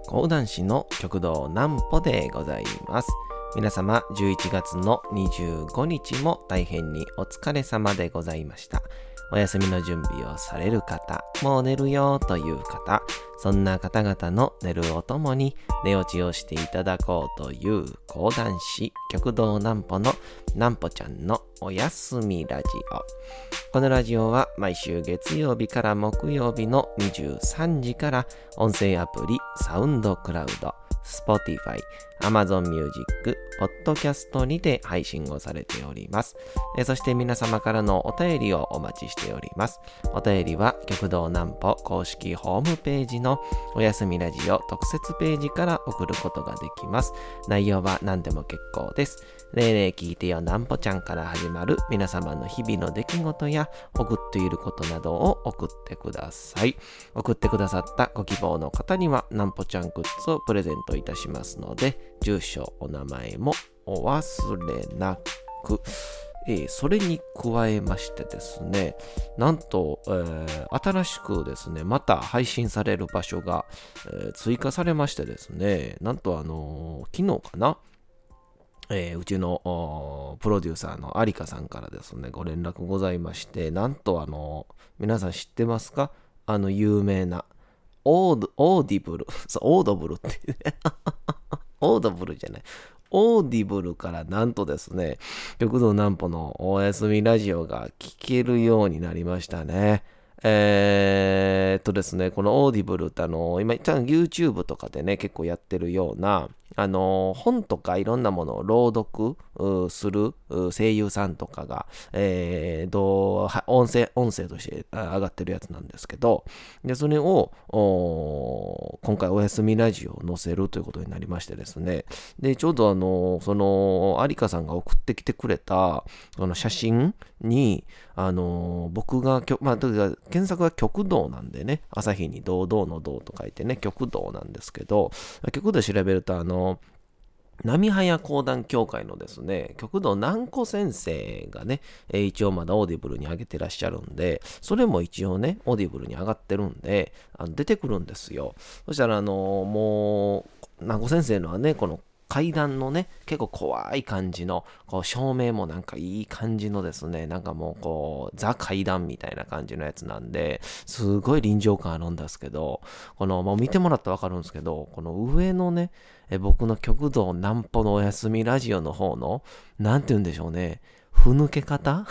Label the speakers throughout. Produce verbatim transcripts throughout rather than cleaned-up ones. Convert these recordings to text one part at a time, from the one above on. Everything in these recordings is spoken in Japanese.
Speaker 1: 講談師の極道南歩でございます。皆様じゅういちがつのにじゅうごにちも大変にお疲れ様でございました。お休みの準備をされる方、もう寝るよという方、そんな方々の寝るおともに寝落ちをしていただこうという講談師極道南歩の南歩ちゃんのおやすみラジオ。このラジオは毎週月曜日から木曜日のにじゅうさんじから音声アプリサウンドクラウド、Spotify、Amazon Music、Podcast にて配信をされております。えそして皆様からのお便りをお待ちしております。お便りは極道南歩公式ホームページのおやすみラジオ特設ページから送ることができます。内容は何でも結構です。ねえねえ聞いてよ南歩ちゃんから始まる皆様の日々の出来事や起こっていることなどを送ってください。送ってくださったご希望の方には南歩ちゃんグッズをプレゼントいたしますので、住所、お名前もお忘れなく。えー、それに加えましてですね、なんと、えー、新しくですね、また配信される場所が、えー、追加されましてですね、なんとあのー、昨日かな、えー、うちのプロデューサーの有香さんからですね、ご連絡ございまして、なんとあのー、皆さん知ってますか？あの有名なオード、オーディブル、そう、オードブルっていうね。オードブルじゃない。オーディブルからなんとですね、極道南歩のおやすみラジオが聞けるようになりましたね。えーっとですね、このオーディブルってあの、今、YouTube とかでね、結構やってるような、あの、本とかいろんなものを朗読する声優さんとかが、えー、どう音声、音声として上がってるやつなんですけど、で、それを、今回おやすみラジオを載せるということになりましてですね、で、ちょうどあの、その、有香さんが送ってきてくれた、その写真に、あの、僕が、まあ、というか検索は極道なんでね、朝日に堂々の道と書いてね、極道なんですけど、極道調べると、あの、波早講談協会のですね、極道南子先生がね、えー、一応まだオーディブルに上げてらっしゃるんで、それも一応ね、オーディブルに上がってるんで、あの出てくるんですよ。そしたら、あのー、もう、南子先生のはね、この階段のね、結構怖い感じの、こう照明もなんかいい感じのですね、なんかもうこう、ザ階段みたいな感じのやつなんで、すごい臨場感あるんですけど、この、もう見てもらったらわかるんですけど、この上のね、え僕の極道南歩のおやすみラジオの方の、なんて言うんでしょうね、ふぬけ方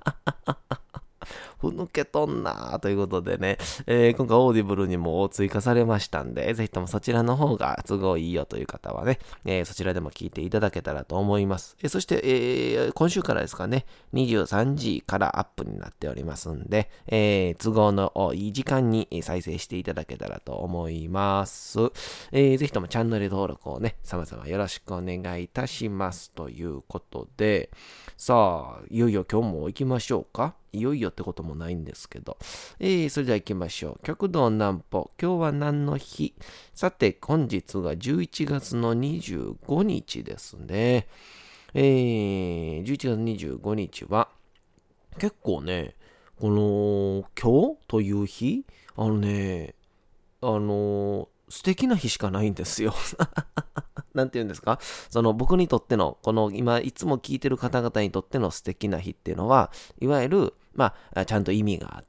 Speaker 1: ふぬけとんなーということでね、えー、今回オーディブルにも追加されましたんで、ぜひともそちらの方が都合いいよという方はね、えー、そちらでも聞いていただけたらと思います。えー、そして、えー、今週からですかね、にじゅうさんじからアップになっておりますんで、えー、都合のいい時間に再生していただけたらと思います。えー、ぜひともチャンネル登録をね、様々よろしくお願いいたしますということで、さあ、いよいよ今日も行きましょうか。いよいよってこともないんですけど。えー、それでは行きましょう。極道南歩。今日は何の日？さて、本日がじゅういちがつのにじゅうごにちですね。えー、じゅういちがつにじゅうごにちは、結構ね、この、今日という日、あのね、あの、素敵な日しかないんですよ。なんて言うんですか？その僕にとっての、この今いつも聞いてる方々にとっての素敵な日っていうのは、いわゆる、まあ、ちゃんと意味があって、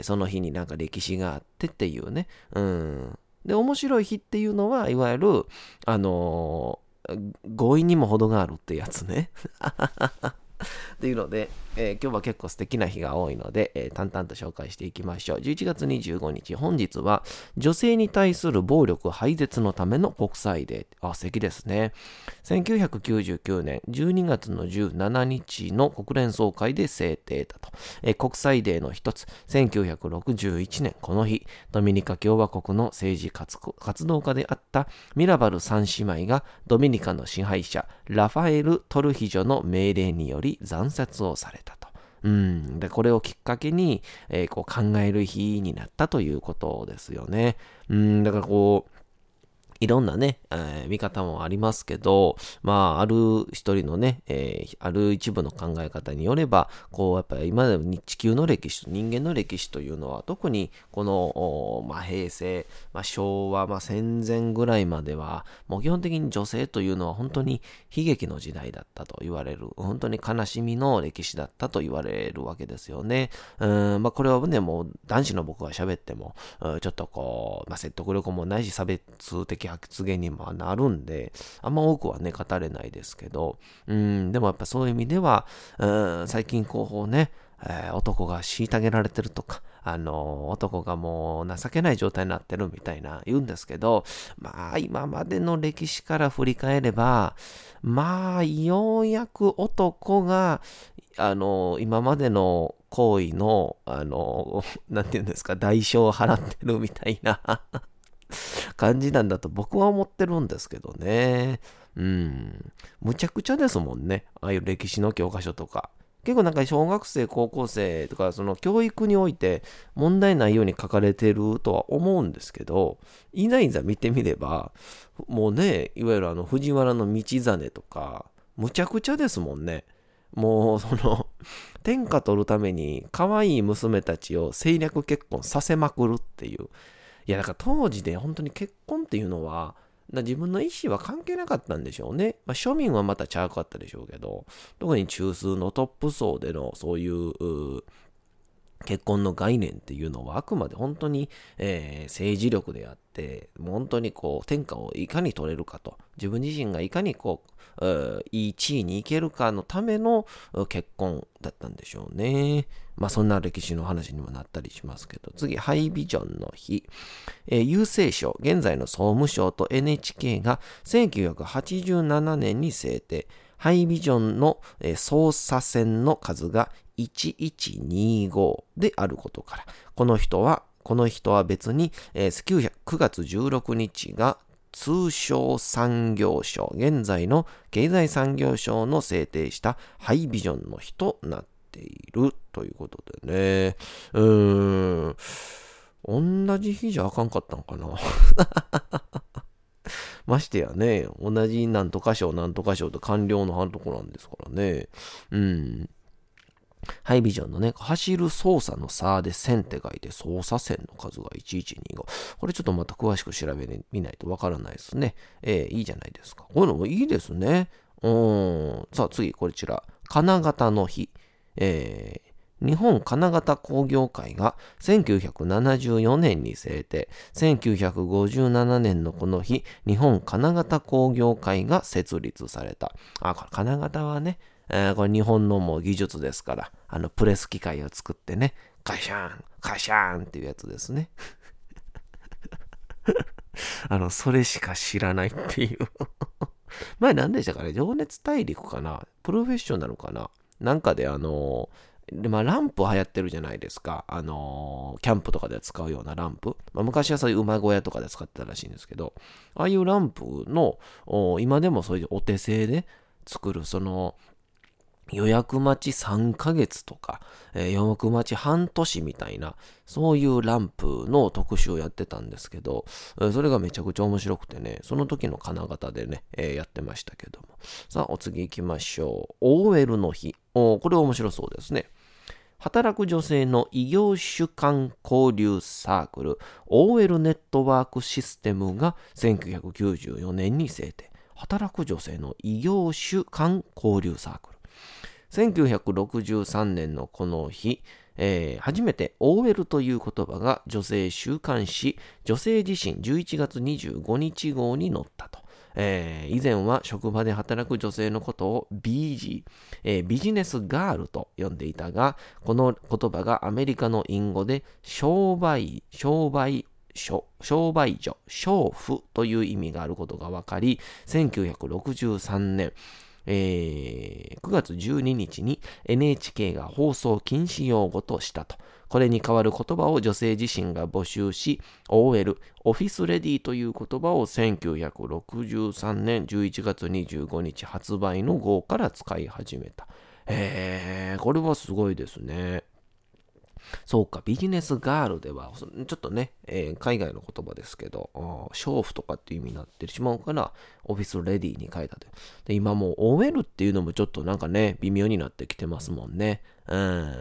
Speaker 1: その日になんか歴史があってっていうね。うん。で、面白い日っていうのは、いわゆる、あのー、強引にも程があるってやつね。っていうので、えー、今日は結構素敵な日が多いので、えー、淡々と紹介していきましょう。じゅういちがつにじゅうごにち、本日は女性に対する暴力廃絶のための国際デー。あ、素敵ですね。せんきゅうひゃくきゅうじゅうきゅうねんじゅうにがつのじゅうしちにちの国連総会で制定だと。えー、国際デーの一つ、せんきゅうひゃくろくじゅういちねんこの日、ドミニカ共和国の政治活動家であったミラバル三姉妹がドミニカの支配者ラファエル・トルヒジョの命令により惨殺をされたと。うん、でこれをきっかけに、えー、こう考える日になったということですよね。うん、だからこういろんなね、えー見方もありますけど、まあ、ある一人のね、えーある一部の考え方によれば、こう、やっぱり今までの地球の歴史と人間の歴史というのは、特にこの、おまあ、平成、まあ、昭和、まあ、戦前ぐらいまでは、もう基本的に女性というのは本当に悲劇の時代だったと言われる、本当に悲しみの歴史だったと言われるわけですよね。うん、まあ、これはね、もう男子の僕が喋っても、うんちょっとこう、まあ、説得力もないし、差別的発言にもなるんで、あんま多くはね、語れないですけど、うん、でもやっぱそういう意味では、うん、最近こうね、えー男が虐げられてるとか、あのー男がもう情けない状態になってるみたいな言うんですけど、まあ今までの歴史から振り返れば、まあようやく男が、あのー今までの行為の、あのーなんていうんですか、代償を払ってるみたいな感じなんだと僕は思ってるんですけどね。うん。むちゃくちゃですもんね。ああいう歴史の教科書とか。結構なんか小学生、高校生とか、その教育において問題ないように書かれてるとは思うんですけど、いざいざ見てみれば、もうね、いわゆるあの藤原の道真とか、むちゃくちゃですもんね。もうその、天下取るために可愛い娘たちを政略結婚させまくるっていう。いや、だから当時で本当に結婚っていうのは、自分の意思は関係なかったんでしょうね。まあ、庶民はまたちゃうかったでしょうけど、特に中枢のトップ層でのそういうう結婚の概念っていうのはあくまで本当に、えー政治力であって、もう本当にこう天下をいかに取れるかと、自分自身がいかにこう、ういい地位に行けるかのためのう結婚だったんでしょうね。まあそんな歴史の話にもなったりしますけど、次、ハイビジョンの日。えー郵政省、現在の総務省と エヌエイチケー がせんきゅうひゃくはちじゅうななねんに制定。ハイビジョンの、えー操作線の数がいちいちにごであることから、この人は、この人は別に、えーくがつじゅうろくにちが通商産業省、現在の経済産業省の制定したハイビジョンの日となっているということでね。うーん。同じ日じゃあかんかったんかな。ましてやね、同じなんとか省なんとか省と官僚のはんとこなんですからね。うん。ハイビジョンのね、走る操作の差で線って書いて操作線の数がいちいちにご。これちょっとまた詳しく調べてみないとわからないですね。えー、いいじゃないですか。こういうのもいいですね。うーん。さあ次、こちら。金型の日。えー日本金型工業会がせんきゅうひゃくななじゅうよねんに制定、せんきゅうひゃくごじゅうななねんのこの日、日本金型工業会が設立された。あ、これ金型はね、えーこれ日本のもう技術ですから、あのプレス機械を作ってね、カシャン、カシャンっていうやつですね。あの、それしか知らないっていう。前何でしたかね、情熱大陸かな、プロフェッショナルかな、なんかであのーで、まあ、ランプ流行ってるじゃないですか。あのーキャンプとかで使うようなランプ。まあ、昔はそういう馬小屋とかで使ってたらしいんですけど、ああいうランプの、今でもそういうお手製で作る、その、予約待ちさんかげつとか、えー予約待ち半年みたいな、そういうランプの特集をやってたんですけど、えーそれがめちゃくちゃ面白くてね、その時の金型でね、えーやってましたけども。さあ、お次行きましょう。オーエル の日。おこれ面白そうですね。働く女性の異業種間交流サークル オーエル ネットワークシステムがせんきゅうひゃくきゅうじゅうよねんに制定。働く女性の異業種間交流サークル。せんきゅうひゃくろくじゅうさんねんのこの日、えー初めて オーエル という言葉が女性週刊誌女性自身じゅういちがつにじゅうごにち号に載ったと。えー以前は職場で働く女性のことを ビージー、えービジネスガールと呼んでいたが、この言葉がアメリカの隠語で商売、商売、商商売女、娼婦という意味があることが分かり、せんきゅうひゃくろくじゅうさんねん、えーくがつじゅうににちに エヌエイチケー が放送禁止用語としたと。これに代わる言葉を女性自身が募集し、オーエル、オフィスレディという言葉をせんきゅうひゃくろくじゅうさんねんじゅういちがつにじゅうごにち発売の号から使い始めた。えー、これはすごいですね。 そうか、ビジネスガールでは、ちょっとね、えー海外の言葉ですけど、あー娼婦とかっていう意味になってしまうから、オフィスレディに変えたと。で、今もう オーエル っていうのもちょっとなんかね、微妙になってきてますもんね。うん、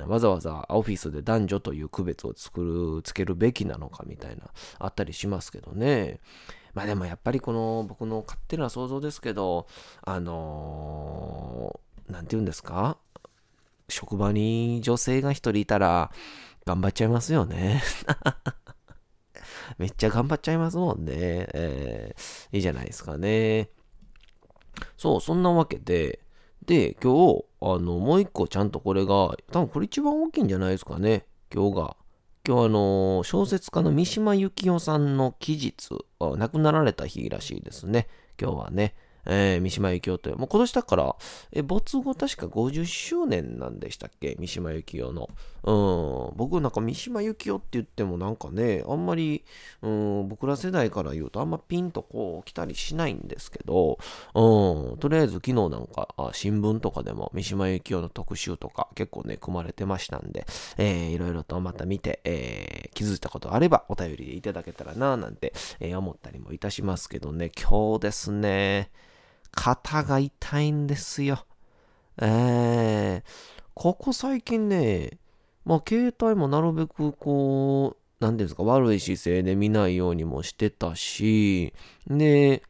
Speaker 1: わざわざオフィスで男女という区別を作る、つけるべきなのかみたいな、あったりしますけどね。まあでもやっぱりこの僕の勝手な想像ですけど、あのーなんて言うんですか、職場に女性が一人いたら頑張っちゃいますよね。めっちゃ頑張っちゃいますもんね。えーいいじゃないですかね。そう、そんなわけで、で、今日、あの、もう一個ちゃんとこれが、多分これ一番大きいんじゃないですかね。今日が。今日あの、小説家の三島由紀夫さんの期日、あ亡くなられた日らしいですね。今日はね。えー三島由紀夫という、もう今年だから、え、没後確かごじゅっしゅうねんなんでしたっけ、三島由紀夫の。うん、僕なんか三島由紀夫って言ってもなんかね、あんまり、うん、僕ら世代から言うとあんまピンとこう来たりしないんですけど、うん、とりあえず昨日なんかあ新聞とかでも三島由紀夫の特集とか結構ね、組まれてましたんで、えーいろいろとまた見て、えー気づいたことあればお便りでいただけたらななんて、えー思ったりもいたしますけどね、今日ですね、肩が痛いんですよ。えー、ここ最近ね、まあ携帯もなるべくこう、なんていうんですか、悪い姿勢で見ないようにもしてたし、で、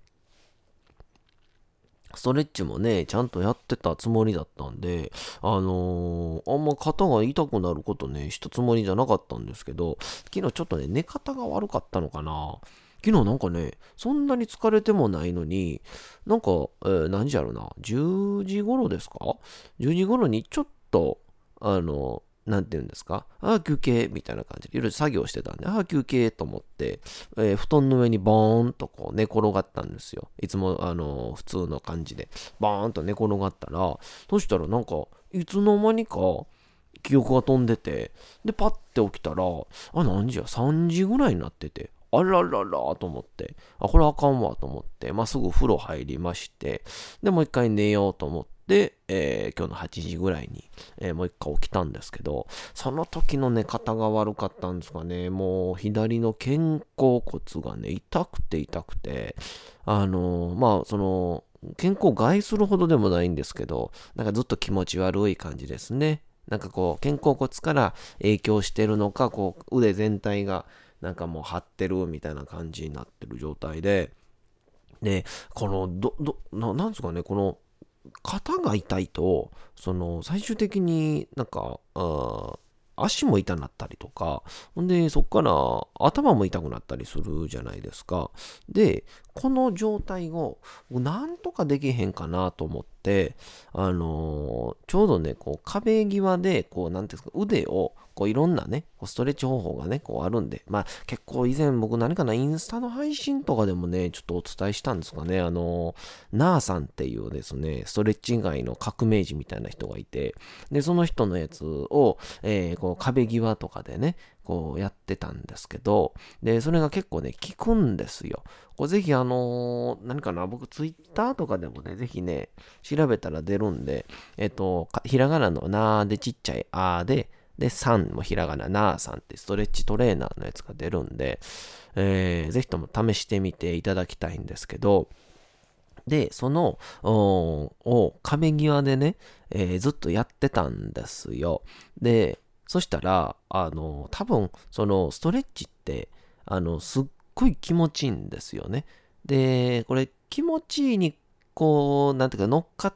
Speaker 1: ストレッチもね、ちゃんとやってたつもりだったんで、あのーあんま肩が痛くなることね、したつもりじゃなかったんですけど、昨日ちょっとね、寝方が悪かったのかな。昨日なんかね、そんなに疲れてもないのに、なんか、えー何時やろな、じゅうじ頃ですか？ じゅう 時頃にちょっと、あの、なんて言うんですか、ああ、休憩みたいな感じで、いろいろ作業してたんで、ああ、休憩と思って、えー布団の上にボーンとこう寝転がったんですよ。いつも、あのー普通の感じで。バーンと寝転がったら、そしたらなんか、いつの間にか、記憶が飛んでて、で、パッて起きたら、あ、何時や？ さん 時ぐらいになってて、あらららと思って、あ、これあかんわと思って、まあ、すぐ風呂入りまして、で、もう一回寝ようと思って、えー今日のはちじぐらいに、えーもう一回起きたんですけど、その時の寝方が悪かったんですかね。もう左の肩甲骨がね、痛くて痛くて、あのーまあ、その、健康を害するほどでもないんですけど、なんかずっと気持ち悪い感じですね。なんかこう、肩甲骨から影響してるのか、こう、腕全体がなんかもう張ってるみたいな感じになってる状態で、で、この、ど、ど、ななんですかね、この、肩が痛いと、その、最終的になんか、あー足も痛なったりとか、ほんで、そっから頭も痛くなったりするじゃないですか。で、この状態をなんとかできへんかなと思って、あのーちょうどね、こう壁際で、こう、なんていうんですか、腕を、こういろんなね、こうストレッチ方法がね、こうあるんで、まあ結構以前僕何かな、インスタの配信とかでもね、ちょっとお伝えしたんですかね、あのー、ナーさんっていうですね、ストレッチ以外の革命児みたいな人がいて、で、その人のやつを、えーこう壁際とかでね、こうやってたんですけど、で、それが結構ね、効くんですよ。これぜひあのー何かな、僕ツイッターとかでもね、ぜひね、調べたら出るんで、えっと、かひらがなのなーでちっちゃいあーで、で、さんもひらがな、なーさんってストレッチトレーナーのやつが出るんで、えーぜひとも試してみていただきたいんですけど、で、その、おを壁際でね、えーずっとやってたんですよ。で、そしたら、あの、多分、その、ストレッチって、あの、すっごい気持ちいいんですよね。で、これ、気持ちいいに、こう、なんていうか、乗っかって、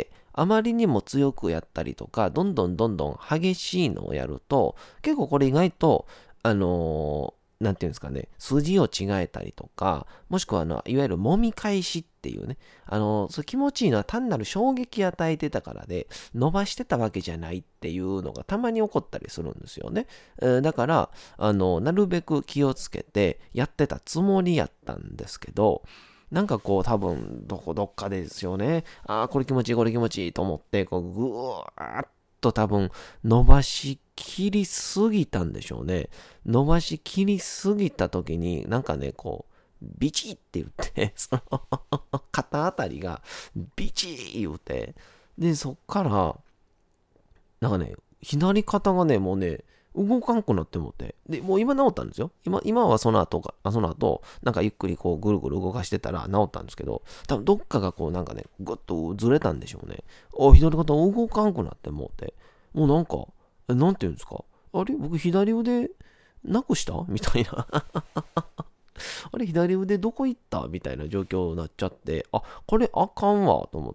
Speaker 1: あまりにも強くやったりとか、どんどんどんどん激しいのをやると、結構これ意外と、あのなんていうんですかね、筋を違えたりとか、もしくはあの、いわゆる揉み返しっていうね、あの、そう気持ちいいのは単なる衝撃与えてたからで、伸ばしてたわけじゃないっていうのがたまに起こったりするんですよね。えーだから、あの、なるべく気をつけてやってたつもりやったんですけど、なんかこう多分どこどっかでですよね。ああ、これ気持ちいい、これ気持ちいいと思って、こうぐわーっと多分伸ばしきりすぎたんでしょうね。伸ばしきりすぎた時に、なんかね、こう、ビチって言って、その肩あたりがビチ言うて、で、そっから、なんかね、左肩がね、もうね、 動かんくなってもって。で、もう今治ったんですよ。今、今はその後が、その後、なんかゆっくりこうぐるぐる動かしてたら治ったんですけど、多分どっかがこうなんかね、ぐっとずれたんでしょうね。あ、左肩動かんくなってもって。もうなんか、えなんていうんですか。あれ僕左腕なくしたみたいな。あれ左腕どこ行ったみたいな状況になっちゃって、あ、これあかんわと思って。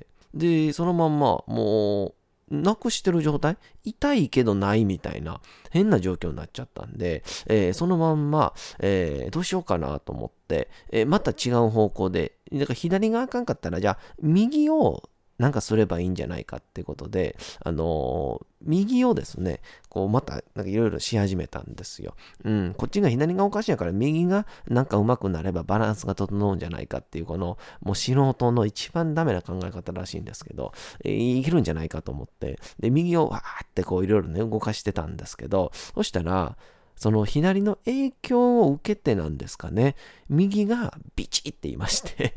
Speaker 1: で、そのまんま、もう、なくしてる状態痛いけどないみたいな変な状況になっちゃったんで、えーそのまんま、えーどうしようかなと思って、えーまた違う方向で、だから左があかんかったら、じゃあ右をなんかすればいいんじゃないかってことで、あのー右をですね、こうまたなんかいろいろし始めたんですよ。うん、こっちが左がおかしいから右がなんか上手くなればバランスが整うんじゃないかっていうこのもう素人の一番ダメな考え方らしいんですけど、えーいけるんじゃないかと思って、で、右をわーってこういろいろね動かしてたんですけど、そしたら、その左の影響を受けてなんですかね、右がビチって言いまして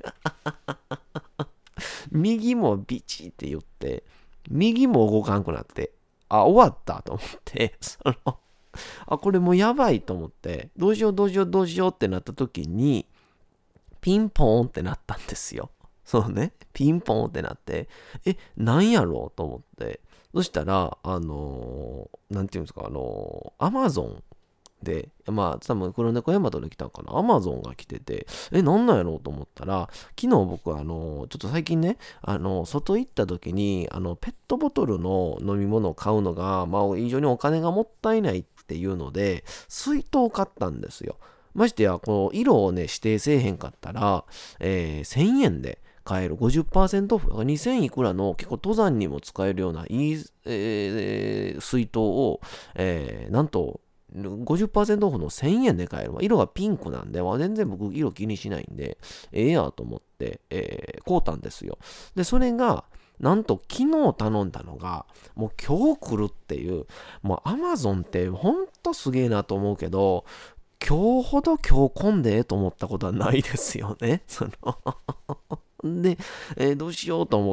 Speaker 1: 右もビチって言って、右も動かんくなって、あ、終わったと思って、その、あ、これもうやばいと思って、どうしようどうしようどうしようってなった時に、ピンポーンってなったんですよ。そうね。ピンポーンってなって、え、なんやろうと思って、そしたら、あのーなんていうんですか、あのーアマゾンで、まあ、多分黒猫ヤマトで来たんかな。アマゾンが来てて、え、なんなんやろうと思ったら、昨日僕はあの、ちょっと最近ね、あの、外行った時に、あの、ペットボトルの飲み物を買うのが、まあ、非常にお金がもったいないっていうので、水筒を買ったんですよ。ましてや、この色をね、指定せえへんかったら、えーせんえんで、買える ごじゅっパーセントオフ、にせんいくらの結構登山にも使えるようないい、えー水筒を、えーなんとごじゅっパーセントオフのせんえんで買える。色がピンクなんで、まあ、全然僕色気にしないんで、ええやと思って、えー買うたんですよ。で、それが、なんと昨日頼んだのが、もう今日来るっていう、もうアマゾンってほんとすげえなと思うけど、今日ほど今日混んでええと思ったことはないですよね。そので、えーどうしようと思って、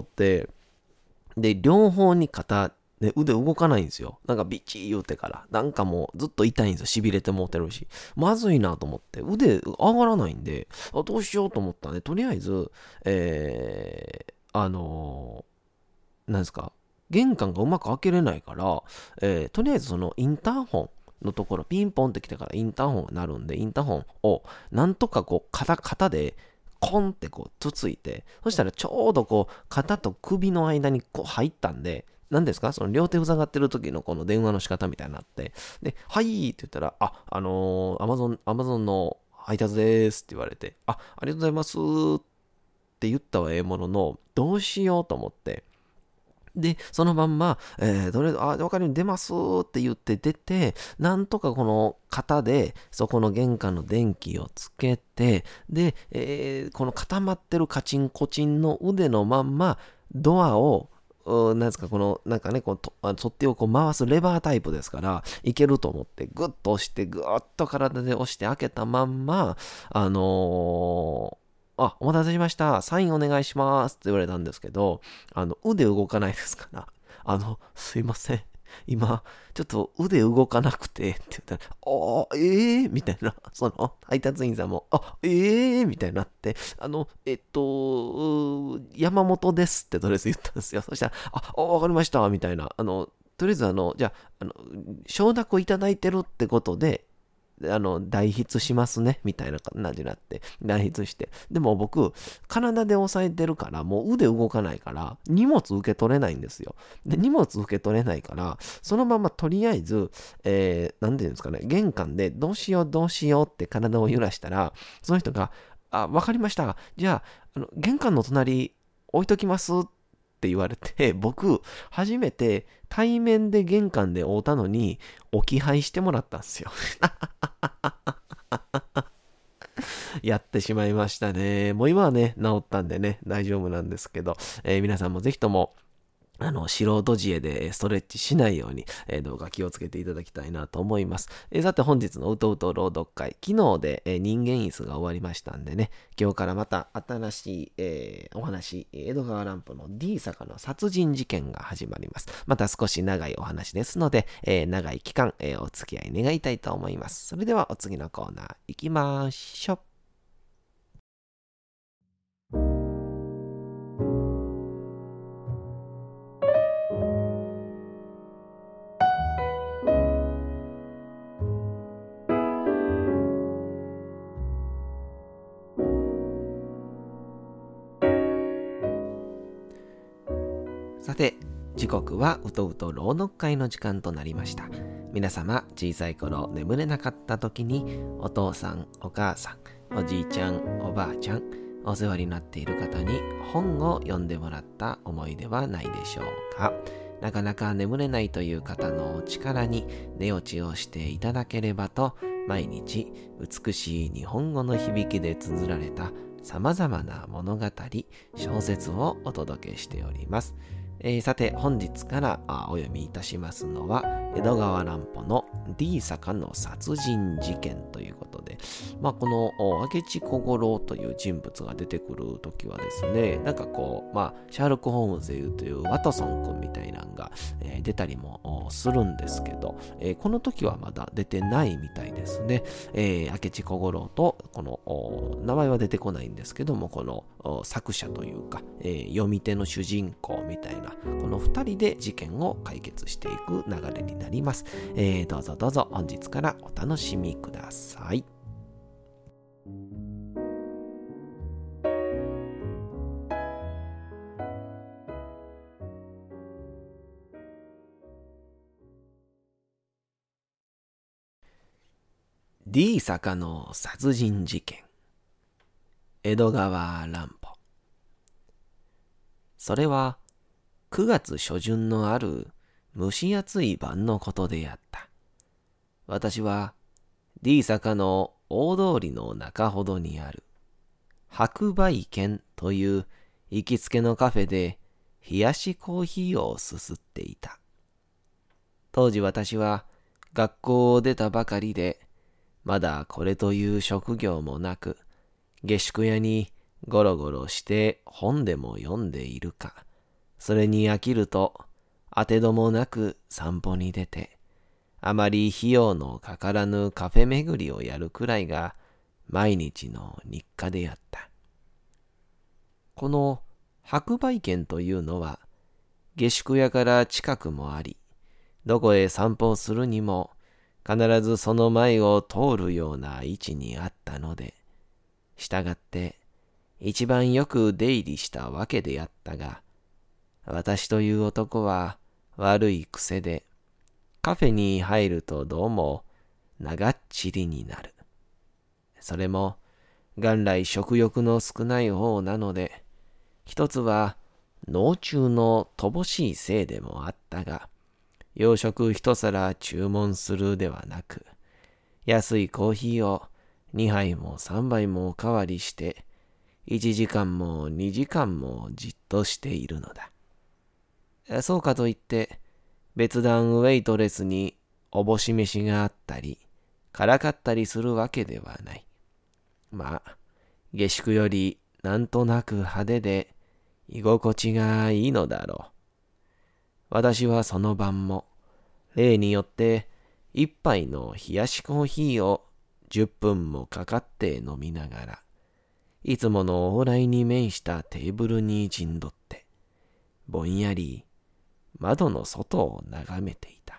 Speaker 1: で、両方に肩、ね、腕動かないんですよ。なんかビチー言うてから。なんかもうずっと痛いんですよ。痺れてもうてるし。まずいなと思って。腕上がらないんで、あどうしようと思ったんで、とりあえず、えー、あのーなんですか、玄関がうまく開けれないから、えーとりあえずそのインターホンのところ、ピンポンって来てからインターホンが鳴るんで、インターホンをなんとかこう、肩、肩で、コンってこう、つついて、そしたらちょうどこう、肩と首の間にこう入ったんで、何ですかその両手塞がってる時のこの電話の仕方みたいになって、で、はいって言ったら、あ、あのー、アマゾン、アマゾンの配達でーすって言われて、あ、ありがとうございますって言ったはええものの、どうしようと思って、で、そのまんま、えー、どれ、あ、わかるよ、出ますって言って出て、なんとかこの型で、そこの玄関の電気をつけて、で、えーこの固まってるカチンコチンの腕のまんま、ドアを、うなんですか、この、なんかね、こう、とあ取っ手をこう回すレバータイプですから、いけると思って、グッと押して、グッと体で押して開けたまんま、あのーあ、お待たせしました。サインお願いしますって言われたんですけど、あの、腕動かないですから、あの、すいません。今、ちょっと腕動かなくて、って言ったら、ああ、ええー、みたいな、その、配達員さんも、あ、ええー、みたいになって、あの、えっと、山本ですってとりあえず言ったんですよ。そしたら、あ、わかりました、みたいな。あの、とりあえず、あの、じゃあ、あの、承諾をいただいてるってことで、あの、代筆しますね、みたいな感じになって、代筆して。でも僕、体で押さえてるから、もう腕動かないから、荷物受け取れないんですよ。で、荷物受け取れないから、そのままとりあえず、えー、なんていうんですかね、玄関でどうしようどうしようって体を揺らしたら、その人が、あ、わかりました。じゃあ、あの玄関の隣置いときますって言われて、僕、初めて対面で玄関で会うたのに、置き配してもらったんですよ。やってしまいましたね。もう今はね、治ったんでね、大丈夫なんですけど、えー皆さんもぜひとも、 あの、素人自衛でストレッチしないように、えー、どうか気をつけていただきたいなと思います。えー、さて本日のうとうと朗読会、昨日で、えー、人間椅子が終わりましたんでね、今日からまた新しい、えー、お話、江戸川乱歩の D 坂の殺人事件が始まります。また少し長いお話ですので、えー、長い期間、えー、お付き合い願いたいと思います。それではお次のコーナー行きましょう。さて、時刻はうとうと朗読会の時間となりました。皆様、小さい頃眠れなかった時に、お父さん、お母さん、おじいちゃん、おばあちゃん、お世話になっている方に本を読んでもらった思いではないでしょうか。なかなか眠れないという方のお力に寝落ちをしていただければと、毎日美しい日本語の響きで綴られた様々な物語、小説をお届けしております。えー、さて本日からお読みいたしますのは江戸川乱歩の D 坂の殺人事件ということで、まあ、この明智小五郎という人物が出てくるときはですね、なんかこう、まあ、シャーロック・ホームズでいうというワトソン君みたいなのが、えー、出たりもするんですけど、えー、この時はまだ出てないみたいですね。えー、明智小五郎とこの名前は出てこないんですけども、この作者というか、えー、読み手の主人公みたいなこの二人で事件を解決していく流れになります。えー、どうぞどうぞ本日からお楽しみください。D 坂の殺人事件、江戸川乱歩。それはくがつ初旬のある蒸し暑い晩のことであった。私は D 坂の大通りの中ほどにある白梅軒という行きつけのカフェで冷やしコーヒーをすすっていた。当時私は学校を出たばかりで、まだこれという職業もなく、下宿屋にゴロゴロして本でも読んでいるか、それに飽きると当てどもなく散歩に出て、あまり費用のかからぬカフェ巡りをやるくらいが毎日の日課であった。この白梅軒というのは下宿屋から近くもあり、どこへ散歩するにも必ずその前を通るような位置にあったので、したがって一番よく出入りしたわけであったが、私という男は悪い癖で、カフェに入るとどうも長っちりになる。それも元来食欲の少ない方なので、一つは脳中の乏しいせいでもあったが、洋食一皿注文するではなく、安いコーヒーをにはいもさんばいもおかわりして、いちじかんもにじかんもじっとしているのだ。そうかといって、別段ウェイトレスにおぼし飯があったり、からかったりするわけではない。まあ、下宿よりなんとなく派手で居心地がいいのだろう。私はその晩も、例によって一杯の冷やしコーヒーをじゅっぷんもかかって飲みながら、いつもの往来に面したテーブルに陣取って、ぼんやり窓の外を眺めていた。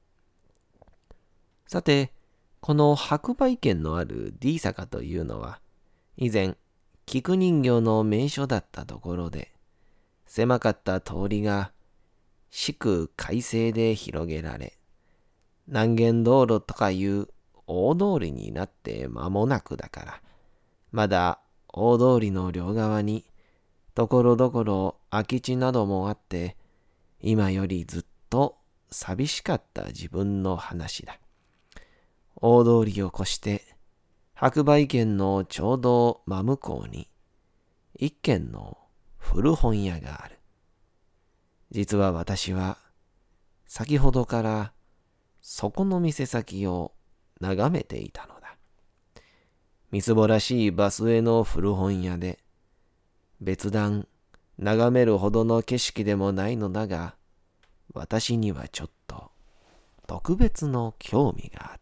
Speaker 1: さて、この白梅軒のある D 坂というのは、以前、菊人形の名所だったところで、狭かった通りが、四区快晴で広げられ、南限道路とかいう大通りになって間もなくだから、まだ大通りの両側に、ところどころ空き地などもあって、今よりずっと寂しかった自分の話だ。大通りを越して、白梅軒のちょうど真向こうに、一軒の古本屋がある。 実は私は先ほどからそこの店先を眺めていたのだ。みすぼらしい場末の古本屋で、別段眺めるほどの景色でもないのだが、私にはちょっと特別の興味があった。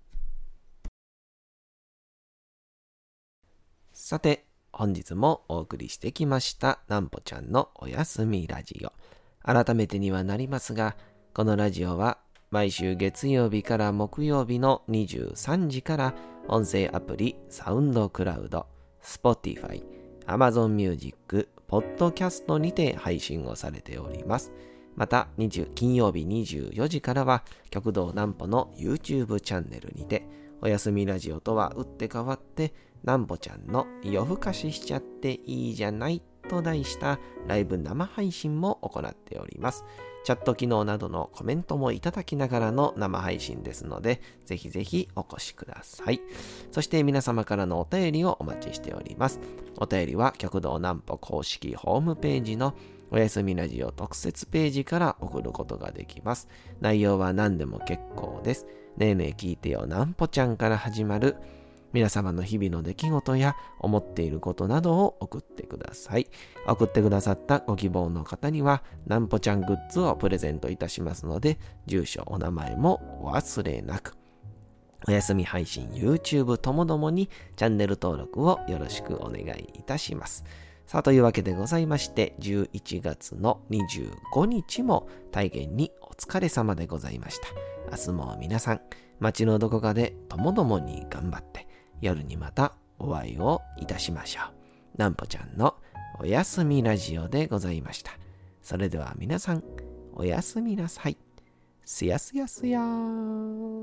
Speaker 1: さて、本日もお送りしてきましたなんぽちゃんのおやすみラジオ。改めてにはなりますが、このラジオは毎週月曜日から木曜日のにじゅうさんじから音声アプリサウンドクラウド、Spotify、Amazon Music、ポッドキャストにて配信をされております。また金曜日にじゅうよじからは極道南歩の YouTube チャンネルにて、おやすみラジオとは打って変わってなんぽちゃんの夜更かししちゃっていいじゃないと題したライブ生配信も行っております。チャット機能などのコメントもいただきながらの生配信ですので、ぜひぜひお越しください。そして皆様からのお便りをお待ちしております。お便りは極道南歩公式ホームページのおやすみラジオ特設ページから送ることができます。内容は何でも結構です。ねえねえ聞いてよなんぽちゃんから始まる皆様の日々の出来事や思っていることなどを送ってください。送ってくださったご希望の方にはなんぽちゃんグッズをプレゼントいたしますので、住所お名前もお忘れなく。おやすみ配信 YouTube ともどもにチャンネル登録をよろしくお願いいたします。さあ、というわけでございまして、じゅういちがつのにじゅうごにちも大変にお疲れ様でございました。明日も皆さん、街のどこかでともどもに頑張って、夜にまたお会いをいたしましょう。なんぽちゃんのおやすみラジオでございました。それでは皆さん、おやすみなさい。すやすやすやーん。